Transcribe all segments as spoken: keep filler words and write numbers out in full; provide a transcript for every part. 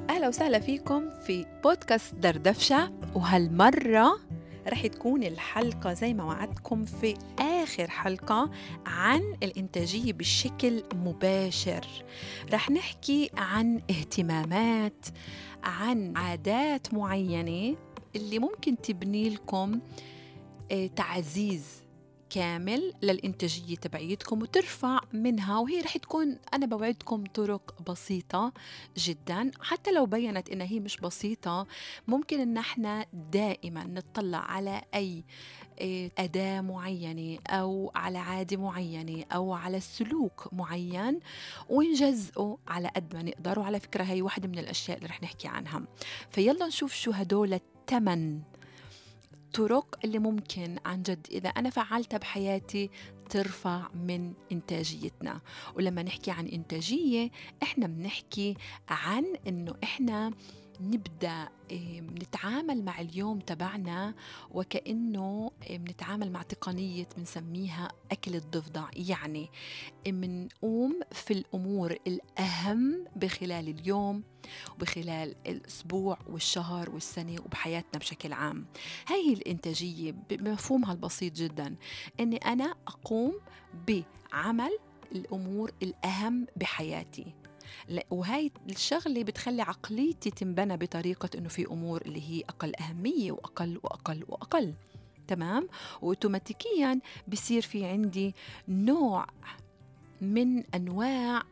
أهلا وسهلا فيكم في بودكاست دردفشة، وهالمرة رح تكون الحلقة زي ما وعدتكم في آخر حلقة عن الإنتاجية بشكل مباشر. رح نحكي عن اهتمامات، عن عادات معينة اللي ممكن تبني لكم تعزيز كامل للإنتاجية تبعيتكم وترفع منها، وهي رح تكون أنا بوعدكم طرق بسيطة جدا. حتى لو بينت إنها هي مش بسيطة، ممكن إن احنا دائما نطلع على أي أداة معينة أو على عادة معينة أو على سلوك معين ونجزئه على قد ما نقدر. وعلى فكرة هي واحدة من الأشياء اللي رح نحكي عنها. فيلا نشوف شو هدول الثمن طرق اللي ممكن عن جد إذا أنا فعلتها بحياتي ترفع من إنتاجيتنا. ولما نحكي عن إنتاجية إحنا بنحكي عن إنه إحنا نبدأ نتعامل مع اليوم تبعنا وكأنه بنتعامل مع تقنية بنسميها أكل الضفدع. يعني منقوم في الأمور الأهم بخلال اليوم وبخلال الأسبوع والشهر والسنة وبحياتنا بشكل عام. هاي الإنتاجية بمفهومها البسيط جدا، أني أنا أقوم بعمل الأمور الأهم بحياتي، وهاي الشغلة بتخلي عقليتي تنبنى بطريقة أنه في أمور اللي هي أقل أهمية وأقل وأقل وأقل. تمام؟ وأوتوماتيكيا بيصير في عندي نوع من أنواع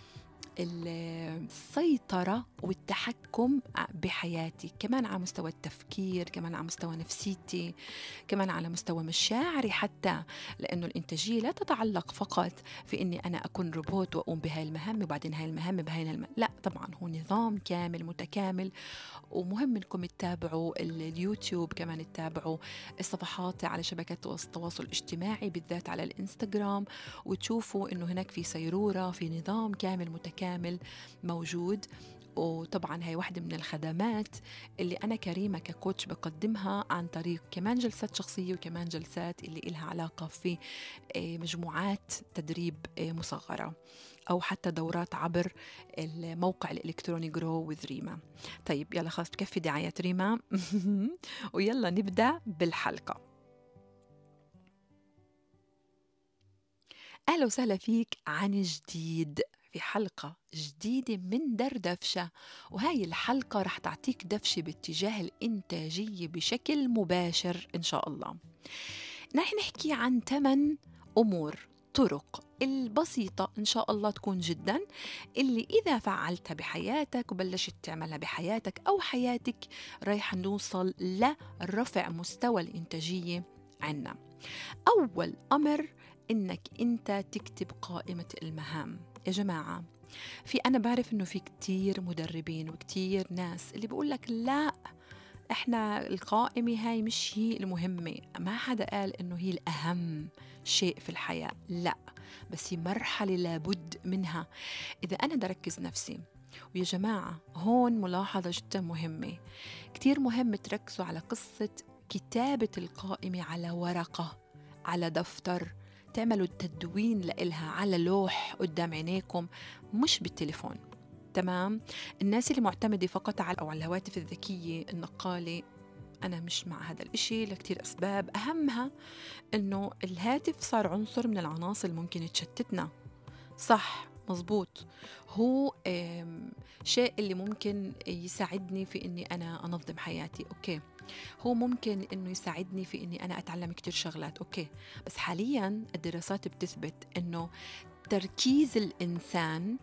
السيطرة والتحكم بحياتي، كمان على مستوى التفكير، كمان على مستوى نفسيتي، كمان على مستوى مشاعري حتى. لأنه الإنتاجية لا تتعلق فقط في أني أنا أكون روبوت وأقوم بهاي المهام وبعدين هاي المهام بهاي المهام. لا طبعا هو نظام كامل متكامل. ومهم انكم تتابعوا اليوتيوب، كمان تتابعوا الصفحات على شبكات التواصل الاجتماعي بالذات على الانستغرام، وتشوفوا انه هناك في سيرورة، في نظام كامل متكامل موجود. وطبعا هاي واحدة من الخدمات اللي أنا كريمة ككوتش بقدمها عن طريق كمان جلسات شخصية وكمان جلسات اللي إلها علاقة في مجموعات تدريب مصغرة أو حتى دورات عبر الموقع الإلكتروني Grow with ريما. طيب يلا خلاص تكفي دعاية ريما ويلا نبدأ بالحلقة. أهلا وسهلا فيك عن جديد في حلقة جديدة من دردفشة. وهاي الحلقة رح تعطيك دفشة باتجاه الإنتاجية بشكل مباشر إن شاء الله. رح نحكي عن ثمان أمور، طرق البسيطة إن شاء الله تكون جدا، اللي إذا فعلتها بحياتك وبلشت تعملها بحياتك أو حياتك رايح نوصل لرفع مستوى الإنتاجية عنا. أول أمر إنك أنت تكتب قائمة المهام. يا جماعة، في أنا بعرف إنه في كتير مدربين وكتير ناس اللي بيقول لك لا إحنا القائمة هاي مش هي المهمة، ما حدا قال إنه هي الأهم شيء في الحياة، لا، بس هي مرحلة لابد منها إذا أنا بدي أركز نفسي. ويا جماعة هون ملاحظة جدا مهمة، كتير مهم تركزوا على قصة كتابة القائمة على ورقة، على دفتر، تعملوا التدوين لإلها على لوح قدام عينيكم مش بالتليفون. تمام؟ الناس اللي معتمدة فقط على أو على الهواتف الذكية النقالة، أنا مش مع هذا الإشي لكتير أسباب، أهمها إنه الهاتف صار عنصر من العناصر اللي ممكن تشتتنا. صح، مزبوط، هو شيء اللي ممكن يساعدني في إني أنا أنظم حياتي، أوكي، هو ممكن إنه يساعدني في إني أنا أتعلم كتير شغلات، أوكي، بس حالياً الدراسات بتثبت إنه تركيز الإنسان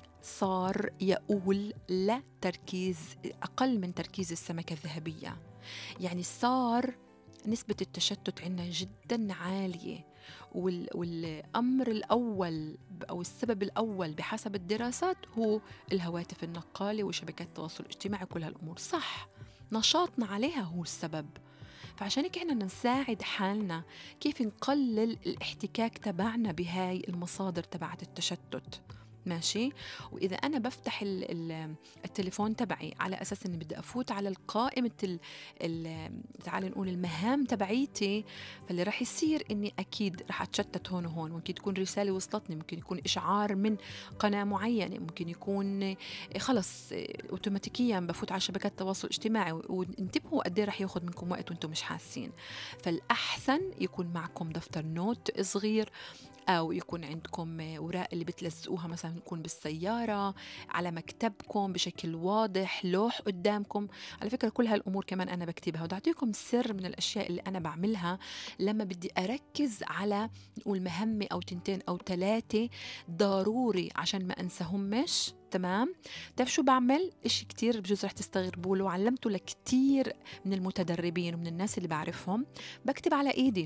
صار يؤول لتركيز أقل من تركيز السمكة الذهبية. يعني صار نسبة التشتت عندنا جدا عالية، وال... والأمر الأول أو السبب الأول بحسب الدراسات هو الهواتف النقالة وشبكات التواصل الاجتماعي، كل هالأمور صح، نشاطنا عليها هو السبب. فعشان هيك احنا نساعد حالنا كيف نقلل الاحتكاك تبعنا بهاي المصادر تبعت التشتت. ماشي. وإذا أنا بفتح ال ال التليفون تبعي على أساس إني بدي أفوت على القائمة ال ال تعال نقول المهام تبعيتي، فاللي راح يصير إني أكيد راح أتشتت هون وهون. ممكن تكون رسالة وصلتني، ممكن يكون إشعار من قناة معينة، ممكن يكون خلص أوتوماتيكيا بفوت على شبكات التواصل الاجتماعي. وانتبهوا قد إيه راح ياخذ منكم وقت وأنتم مش حاسين. فالأحسن يكون معكم دفتر نوت صغير، أو يكون عندكم أوراق اللي بتلزقوها مثلا يكون بالسيارة، على مكتبكم بشكل واضح، لوح قدامكم. على فكرة كل هالأمور كمان أنا بكتبها. وده أعطيكم سر من الأشياء اللي أنا بعملها لما بدي أركز على نقول مهمة أو تنتين أو ثلاثة ضروري عشان ما أنساهمش. تمام. تعرف شو بعمل؟ إشي كتير بجوز رح تستغربوا له، علمته لكتير من المتدربين ومن الناس اللي بعرفهم. بكتب على إيدي،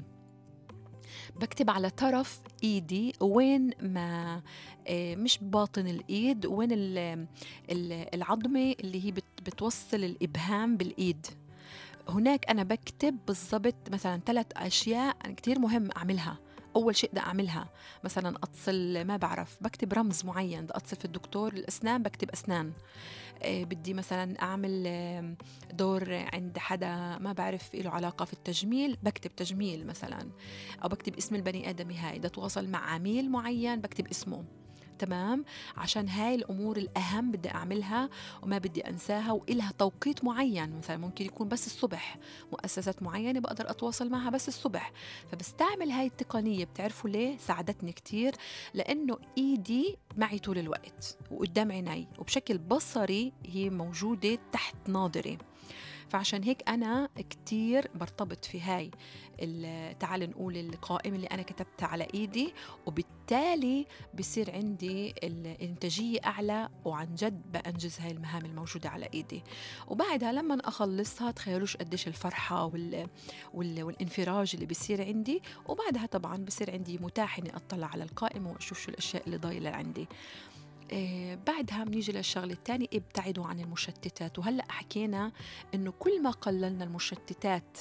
بكتب على طرف ايدي وين ما آه، مش باطن الايد، وين ال- ال- العظمة اللي هي بت- بتوصل الابهام بالايد. هناك أنا بكتب بالضبط مثلا ثلاث أشياء أنا كتير مهم أعملها. أول شيء بدي أعملها مثلا أتصل، ما بعرف، بكتب رمز معين، بدي أتصل في الدكتور الأسنان بكتب أسنان. آه، بدي مثلا أعمل آم، دور عند حدا ما بعرف له علاقة في التجميل، بكتب تجميل مثلا. أو بكتب اسم البني آدم هاي، بدي أتواصل مع عميل معين بكتب اسمه. تمام. عشان هاي الأمور الأهم بدي أعملها وما بدي أنساها، وإلها توقيت معين. مثلا ممكن يكون بس الصبح، مؤسسات معينة بقدر أتواصل معها بس الصبح. فبستعمل هاي التقنية. بتعرفوا ليه ساعدتني كتير؟ لأنه إيدي معي طول الوقت وقدام عيني، وبشكل بصري هي موجودة تحت ناظري. فعشان هيك أنا كتير برتبط في هاي ال- تعال نقول القائمة اللي أنا كتبتها على إيدي، وبالتالي بصير عندي الإنتاجية أعلى، وعن جد بأنجز هاي المهام الموجودة على إيدي. وبعدها لما أخلصها تخيلوش قديش الفرحة وال... وال... والانفراج اللي بيصير عندي. وبعدها طبعا بصير عندي متاح إني أطلع على القائمة وأشوف شو الأشياء اللي ضايلة عندي. آه، بعدها بنيجي للشغلة الثانية، ابتعدوا عن المشتتات. وهلأ حكينا إنه كل ما قللنا المشتتات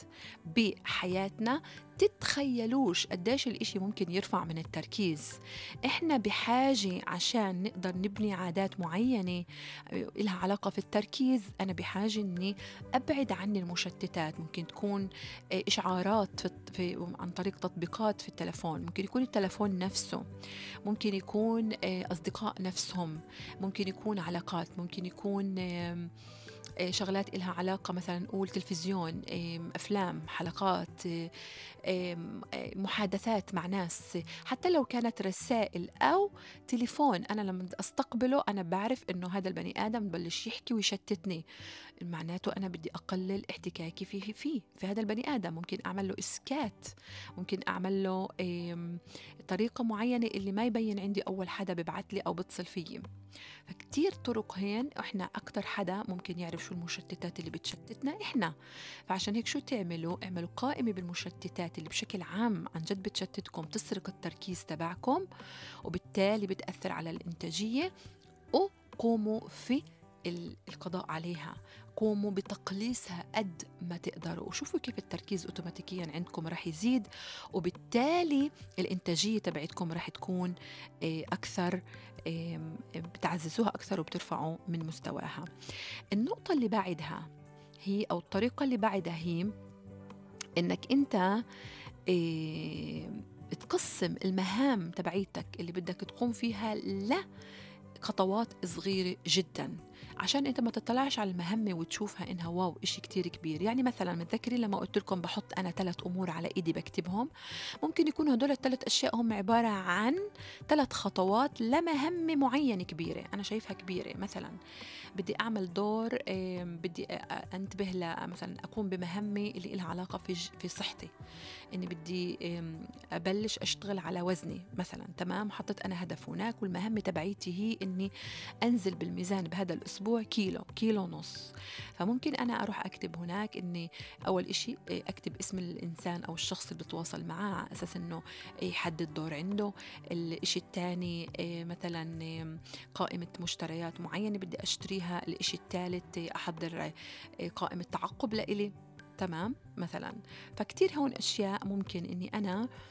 بحياتنا تتخيلوش قديش الإشي ممكن يرفع من التركيز. إحنا بحاجة عشان نقدر نبني عادات معينة آه، إلها علاقة في التركيز. أنا بحاجة إني أبعد عن المشتتات. ممكن تكون آه، إشعارات في, في عن طريق تطبيقات في التلفون، ممكن يكون التلفون نفسه، ممكن يكون آه، أصدقاء نفسهم، ممكن يكون علاقات، ممكن يكون آم، آه، شغلات إلها علاقة مثلا نقول تلفزيون، آم، أفلام، حلقات، آه، آم، آه، محادثات مع ناس. حتى لو كانت رسائل أو تليفون، أنا لما بدي أستقبله أنا بعرف إنه هذا البني آدم ببلش يحكي ويشتتني، معناته أنا بدي أقلل احتكاكي فيه فيه في هذا البني آدم. ممكن أعمل له إسكات، ممكن أعمل له آم، طريقة معينة اللي ما يبين عندي أول حدا ببعت لي أو بتصل فيي. فكتير طرق هين. إحنا أكتر حدا ممكن يعرف شو المشتتات اللي بتشتتنا إحنا. فعشان هيك شو تعملوا؟ اعملوا قائمة بالمشتتات اللي بشكل عام عن جد بتشتتكم، تسرق التركيز تبعكم، وبالتالي بتأثر على الإنتاجية. وقوموا في ال- القضاء عليها، قوموا بتقليصها قد ما تقدروا، وشوفوا كيف التركيز اوتوماتيكيا عندكم رح يزيد، وبالتالي الإنتاجية تبعتكم رح تكون آه، أكثر، آم، بتعززوها أكثر وبترفعوا من مستواها. النقطة اللي بعدها هي، أو الطريقة اللي بعدها هي إنك أنت آم، تقسم المهام تبعيتك اللي بدك تقوم فيها لا خطوات صغيرة جدا، عشان انت ما تطلعش على المهمة وتشوفها انها واو اشي كتير كبير. يعني مثلا متذكرين لما قلت لكم بحط انا ثلاث امور على ايدي بكتبهم، ممكن يكونوا هدول الثلاث اشياء هم عبارة عن ثلاث خطوات لمهمة معينة كبيرة انا شايفها كبيرة. مثلا بدي أعمل دور، آم، بدي أ- أ- أنتبه ل- مثلا أقوم بمهمة اللي لها علاقة في ج- في صحتي، إني بدي آم، أبلش أشتغل على وزني مثلا. تمام. حطيت أنا هدف هناك، والمهمة تبعيتي هي إني أنزل بالميزان بهذا الأسبوع كيلو كيلو ونص. فممكن أنا أروح أكتب هناك إني أول إشي آه، أكتب اسم الإنسان أو الشخص اللي بتواصل معاه على أساس إنه يحدد دور عنده. الإشي الثاني آه، مثلا آم، قائمة مشتريات معينة بدي أشتريها. الإشي الثالث أحضر قائمة تعقب لإلي. تمام مثلا. فكتير هون أشياء ممكن إني أنا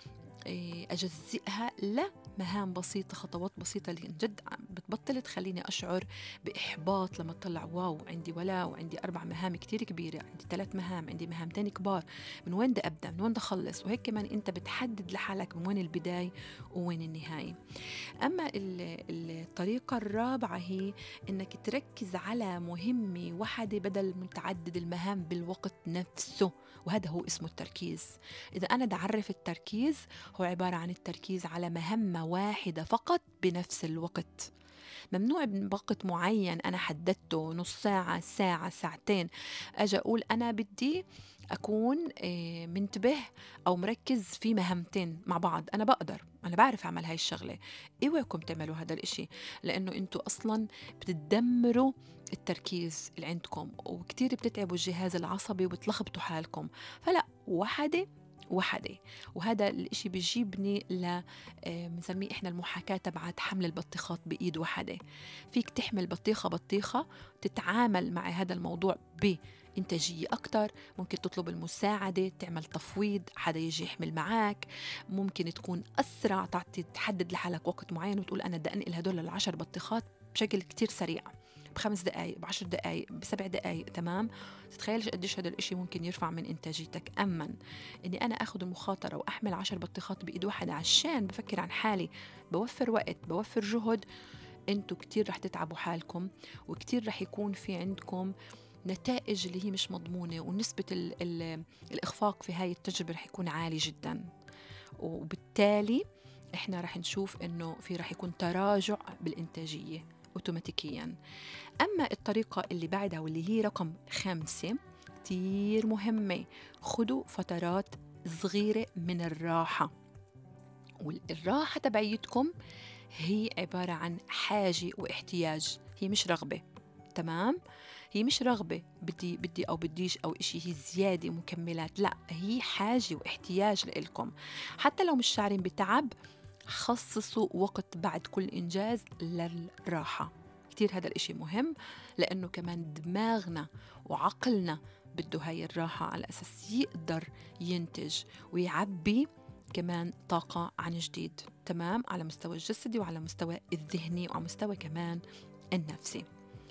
إيه، أجزئها لمهام بسيطة، خطوات بسيطة اللي جد بتبطل تخليني أشعر بإحباط لما أطلع واو عندي ولا وعندي أربع مهام كتير كبيرة، عندي ثلاث مهام، عندي مهامتين كبار، من وين بدي أبدأ، من وين بدي أخلص. وهيك كمان أنت بتحدد لحالك من وين البداية ووين النهاية. أما الطريقة الرابعة هي إنك تركز على مهمة واحدة بدل من تعدد المهام بالوقت نفسه، وهذا هو اسمه التركيز. إذا أنا بدي أعرف التركيز، هو عبارة عن التركيز على مهمة واحدة فقط بنفس الوقت. ممنوع بوقت معين أنا حددته، نص ساعة، ساعة، ساعتين، أجي أقول أنا بدي أكون منتبه أو مركز في مهمتين مع بعض. أنا بقدر، أنا بعرف أعمل هاي الشغلة. إيواكم تعملوا هذا الإشي، لأنه أنتوا أصلاً بتدمروا التركيز اللي عندكم، وكتير بتتعبوا الجهاز العصبي وبتلخبطوا حالكم. فلا، وحدة وحدة. وهذا الإشي بيجيبني ل بنسميه إحنا المحاكاة تبعت حمل البطيخات بإيد واحدة. فيك تحمل بطيخة بطيخة، تتعامل مع هذا الموضوع بإنتاجية أكتر. ممكن تطلب المساعدة، تعمل تفويض، حدا يجي يحمل معك. ممكن تكون أسرع، تعطي تحدد لحالك وقت معين وتقول أنا بدي أنقل هدول العشر بطيخات بشكل كتير سريع، بخمس دقايق، بعشر دقايق، بسبع دقايق. تمام؟ تتخيلش قديش هذا الاشي ممكن يرفع من انتاجيتك. اما اني انا اخذ المخاطره واحمل عشر بطيخات بايد واحده عشان بفكر عن حالي، بوفر وقت، بوفر جهد، انتوا كتير رح تتعبوا حالكم، وكتير رح يكون في عندكم نتائج اللي هي مش مضمونه، ونسبه ال ال الاخفاق في هاي التجربه رح يكون عالي جدا. وبالتالي احنا رح نشوف انه في رح يكون تراجع بالانتاجيه اوتوماتيكيا. أما الطريقة اللي بعدها واللي هي رقم خمسة كتير مهمة، خدوا فترات صغيرة من الراحة. والراحة تبعيتكم هي عبارة عن حاجة واحتياج، هي مش رغبة. تمام؟ هي مش رغبة بدي بدي أو بديش أو إشي، هي زيادة مكملات، لا، هي حاجة واحتياج لإلكم. حتى لو مش شعرين بتعب، خصصوا وقت بعد كل إنجاز للراحة. كتير هذا الإشي مهم، لأنه كمان دماغنا وعقلنا بده هاي الراحة على أساس يقدر ينتج ويعبي كمان طاقة عن جديد. تمام؟ على مستوى الجسدي وعلى مستوى الذهني وعلى مستوى كمان النفسي.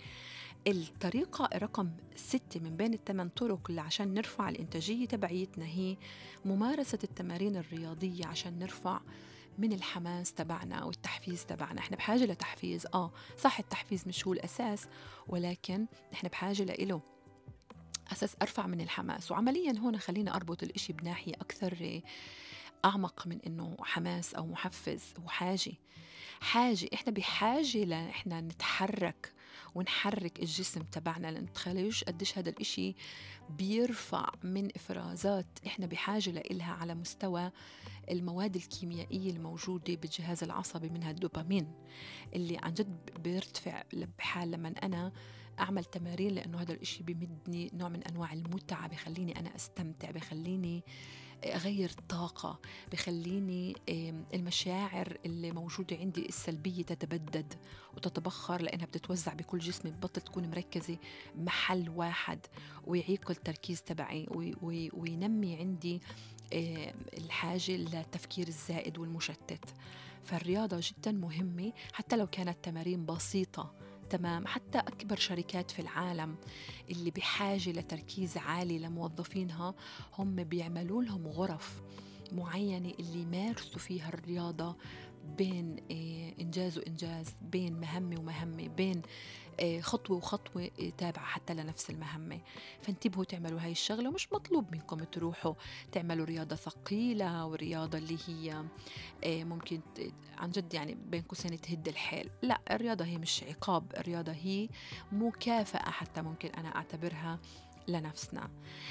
الطريقة رقم ستة من بين الثمان طرق اللي عشان نرفع الإنتاجية تبعيتنا هي ممارسة التمارين الرياضية عشان نرفع من الحماس تبعنا والتحفيز تبعنا. احنا بحاجة لتحفيز، آه صح، التحفيز مش هو الأساس، ولكن احنا بحاجة لإله أساس أرفع من الحماس. وعمليا هون خلينا أربط الإشي بناحية أكثر أعمق من إنه حماس أو محفز. وحاجة حاجة إحنا بحاجة لإحنا نتحرك ونحرك الجسم تبعنا، لأن تخيلوش قديش هذا الإشي بيرفع من إفرازات إحنا بحاجة لإلها على مستوى المواد الكيميائية الموجودة بالجهاز العصبي، منها الدوبامين اللي عن جد بيرتفع بحال لما أنا أعمل تمارين، لأنه هذا الإشي بيمدني نوع من أنواع المتعة، بخليني أنا أستمتع، بخليني أغير طاقة، بخليني المشاعر اللي موجودة عندي السلبية تتبدد وتتبخر، لأنها بتتوزع بكل جسمي، ببطل تكون مركزة محل واحد، ويعيق التركيز تبعي وينمي عندي الحاجة للتفكير الزائد والمشتت. فالرياضة جدا مهمة حتى لو كانت تمارين بسيطة. تمام؟ حتى أكبر شركات في العالم اللي بحاجة لتركيز عالي لموظفينها، هم بيعملوا لهم غرف معينة اللي يمارسوا فيها الرياضة بين إنجاز وإنجاز، بين مهمة ومهمة، بين خطوة وخطوة تابعة حتى لنفس المهمة. فانتبهوا تعملوا هاي الشغلة. ومش مطلوب منكم تروحوا تعملوا رياضة ثقيلة ورياضة اللي هي ممكن عن جد يعني بين قوسين تهد الحيل. لا، الرياضة هي مش عقاب، الرياضة هي مكافأة حتى ممكن أنا أعتبرها لنفسنا.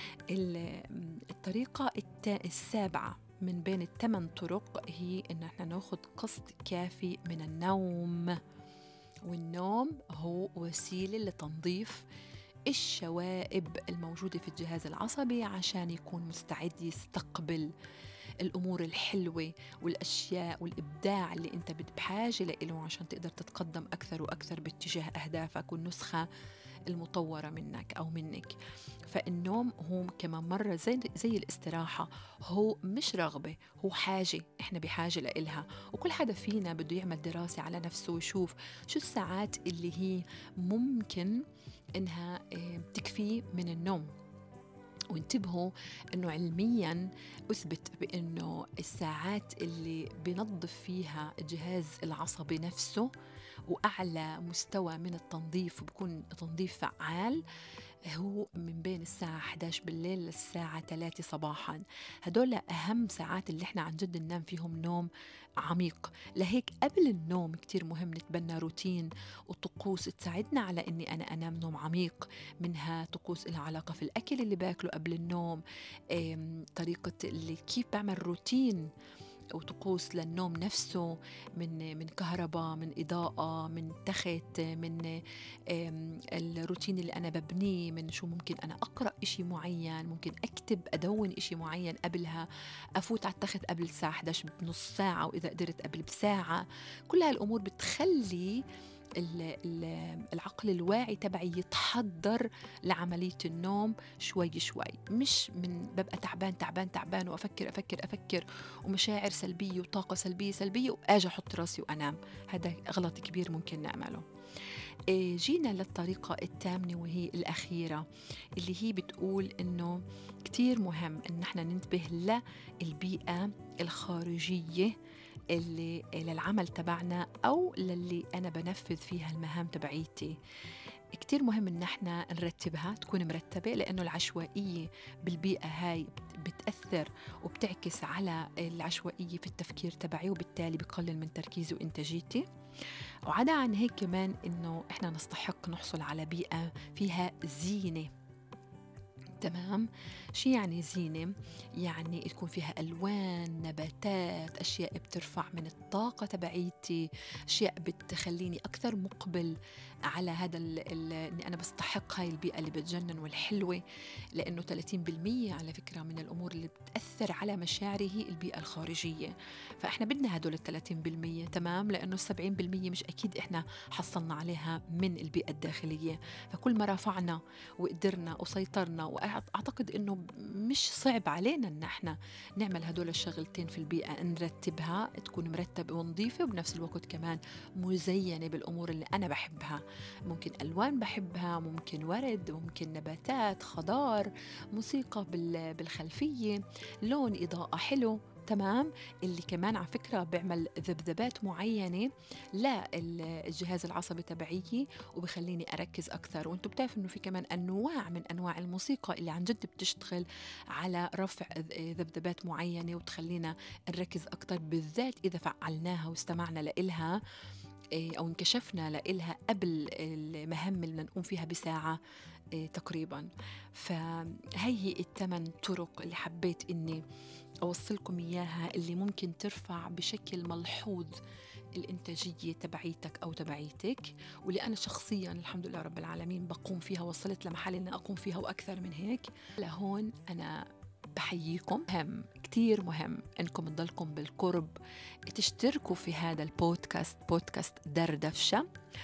الطريقة السابعة من بين الثمان طرق هي إن احنا ناخد قسط كافي من النوم. والنوم هو وسيلة لتنظيف الشوائب الموجودة في الجهاز العصبي عشان يكون مستعد يستقبل الأمور الحلوة والأشياء والإبداع اللي أنت بحاجة له عشان تقدر تتقدم أكثر وأكثر باتجاه أهدافك والنسخة المطورة منك أو منك. فالنوم هو كمان مرة زي, زي الاستراحة، هو مش رغبة، هو حاجة، إحنا بحاجة لإلها. وكل حدا فينا بده يعمل دراسة على نفسه ويشوف شو الساعات اللي هي ممكن إنها تكفيه من النوم. وانتبهوا أنه علمياً أثبت بأنه الساعات اللي بنظف فيها الجهاز العصبي نفسه وأعلى مستوى من التنظيف وبكون تنظيف فعال هو من بين الساعة إحدى عشر بالليل للساعة ثلاثة صباحاً. هدول أهم ساعات اللي إحنا عن جد ننام فيهم نوم عميق. لهيك قبل النوم كتير مهم نتبنى روتين وطقوس تساعدنا على إني أنا أنام نوم عميق. منها طقوس لها علاقة في الأكل اللي باكله قبل النوم، طريقة اللي كيف بعمل روتين وطقوس للنوم نفسه، من من كهرباء، من إضاءة، من تخت، من الروتين اللي أنا ببنيه، من شو ممكن أنا أقرأ إشي معين، ممكن أكتب أدون إشي معين قبلها، أفوت على التخت قبل الساعة إحدى عشر بنص ساعة وإذا قدرت قبل بساعة. كل هالأمور بتخلي العقل الواعي تبعي يتحضر لعملية النوم شوي شوي، مش من ببقى تعبان تعبان تعبان وأفكر أفكر أفكر ومشاعر سلبية وطاقة سلبية سلبية وأجي أحط راسي وأنام. هذا غلط كبير ممكن نعمله. جينا للطريقة الثامنة وهي الأخيرة اللي هي بتقول إنه كتير مهم إن احنا ننتبه للبيئة الخارجية اللي للعمل تبعنا أو للي أنا بنفذ فيها المهام تبعيتي. كتير مهم إن احنا نرتبها، تكون مرتبة، لأنه العشوائية بالبيئة هاي بتأثر وبتعكس على العشوائية في التفكير تبعي وبالتالي بقلل من تركيزي وإنتاجيتي. وعدا عن هيك كمان إنه إحنا نستحق نحصل على بيئة فيها زينة. تمام؟ شو يعني زينة؟ يعني يكون فيها ألوان، نباتات، أشياء بترفع من الطاقة تبعيتي، أشياء بتخليني أكثر مقبل على هذا إني أنا بستحق هاي البيئة اللي بتجنن والحلوة. لأنه ثلاثين بالمية على فكرة من الأمور اللي بتأثر على مشاعري هي البيئة الخارجية. فإحنا بدنا هدول الثلاثين بالمية، تمام؟ لأنه السبعين بالمية مش أكيد إحنا حصلنا عليها من البيئة الداخلية. فكل ما رفعنا وقدرنا وسيطرنا، وأعتقد إنه مش صعب علينا إن إحنا نعمل هدول الشغلتين في البيئة، نرتبها تكون مرتبة ونظيفة وبنفس الوقت كمان مزينة بالأمور اللي أنا بحبها. ممكن ألوان بحبها، ممكن ورد، ممكن نباتات، خضار، موسيقى بالخلفية، لون إضاءة حلو. تمام؟ اللي كمان على فكرة بيعمل ذبذبات معينة للجهاز العصبي تبعي وبخليني أركز أكثر. وانتم بتعرفوا إنه في كمان أنواع من أنواع الموسيقى اللي عن جد بتشتغل على رفع ذبذبات معينة وتخلينا نركز أكثر، بالذات إذا فعلناها واستمعنا لإلها أو انكشفنا لإلها قبل المهام اللي نقوم فيها بساعة تقريبا. فهي هي الثمان طرق اللي حبيت إني أوصلكم إياها، اللي ممكن ترفع بشكل ملحوظ الإنتاجية تبعيتك أو تبعيتك، واللي أنا شخصياً الحمد لله رب العالمين بقوم فيها، وصلت لمحل إني أقوم فيها وأكثر من هيك. لهون أنا بحييكم. مهم كتير مهم إنكم تضلكم بالقرب، تشتركوا في هذا البودكاست، بودكاست دردفشة،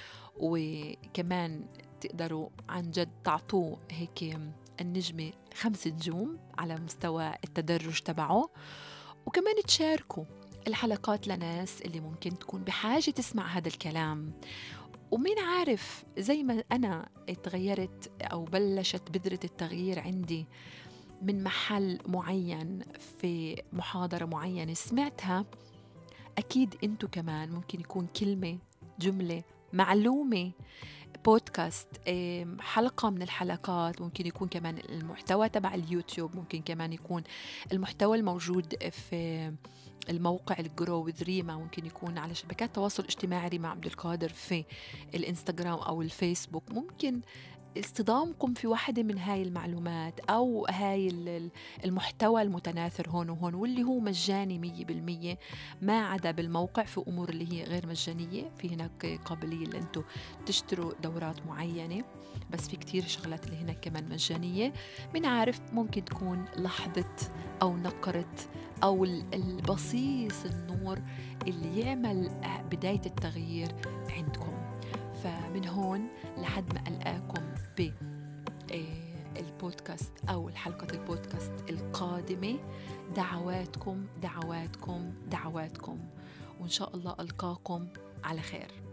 وكمان تقدروا عن جد تعطوه هيك النجمة خمس نجوم على مستوى التدرج تبعه، وكمان تشاركوا الحلقات لناس اللي ممكن تكون بحاجة تسمع هذا الكلام. ومين عارف زي ما أنا اتغيرت أو بلشت بذرة التغيير عندي من محل معين في محاضرة معينة سمعتها، أكيد أنتوا كمان ممكن يكون كلمة، جملة، معلومة، بودكاست، حلقة من الحلقات، ممكن يكون كمان المحتوى تبع اليوتيوب، ممكن كمان يكون المحتوى الموجود في الموقع الجرو وذ ريما، ممكن يكون على شبكات التواصل الاجتماعي ريما عبد القادر في الانستغرام أو الفيسبوك. ممكن اصطدامكم في واحدة من هاي المعلومات أو هاي المحتوى المتناثر هون وهون، واللي هو مجاني مية بالمية، ما عدا بالموقع في أمور اللي هي غير مجانية، في هناك قابلية اللي أنتوا تشتروا دورات معينة، بس في كتير شغلات اللي هناك كمان مجانية. من عارف ممكن تكون لحظة أو نقرة أو البصيص النور اللي يعمل بداية التغيير عندكم. فمن من هون لحد ما ألقاكم ب البودكاست أو الحلقة البودكاست القادمة، دعواتكم دعواتكم دعواتكم، وإن شاء الله ألقاكم على خير.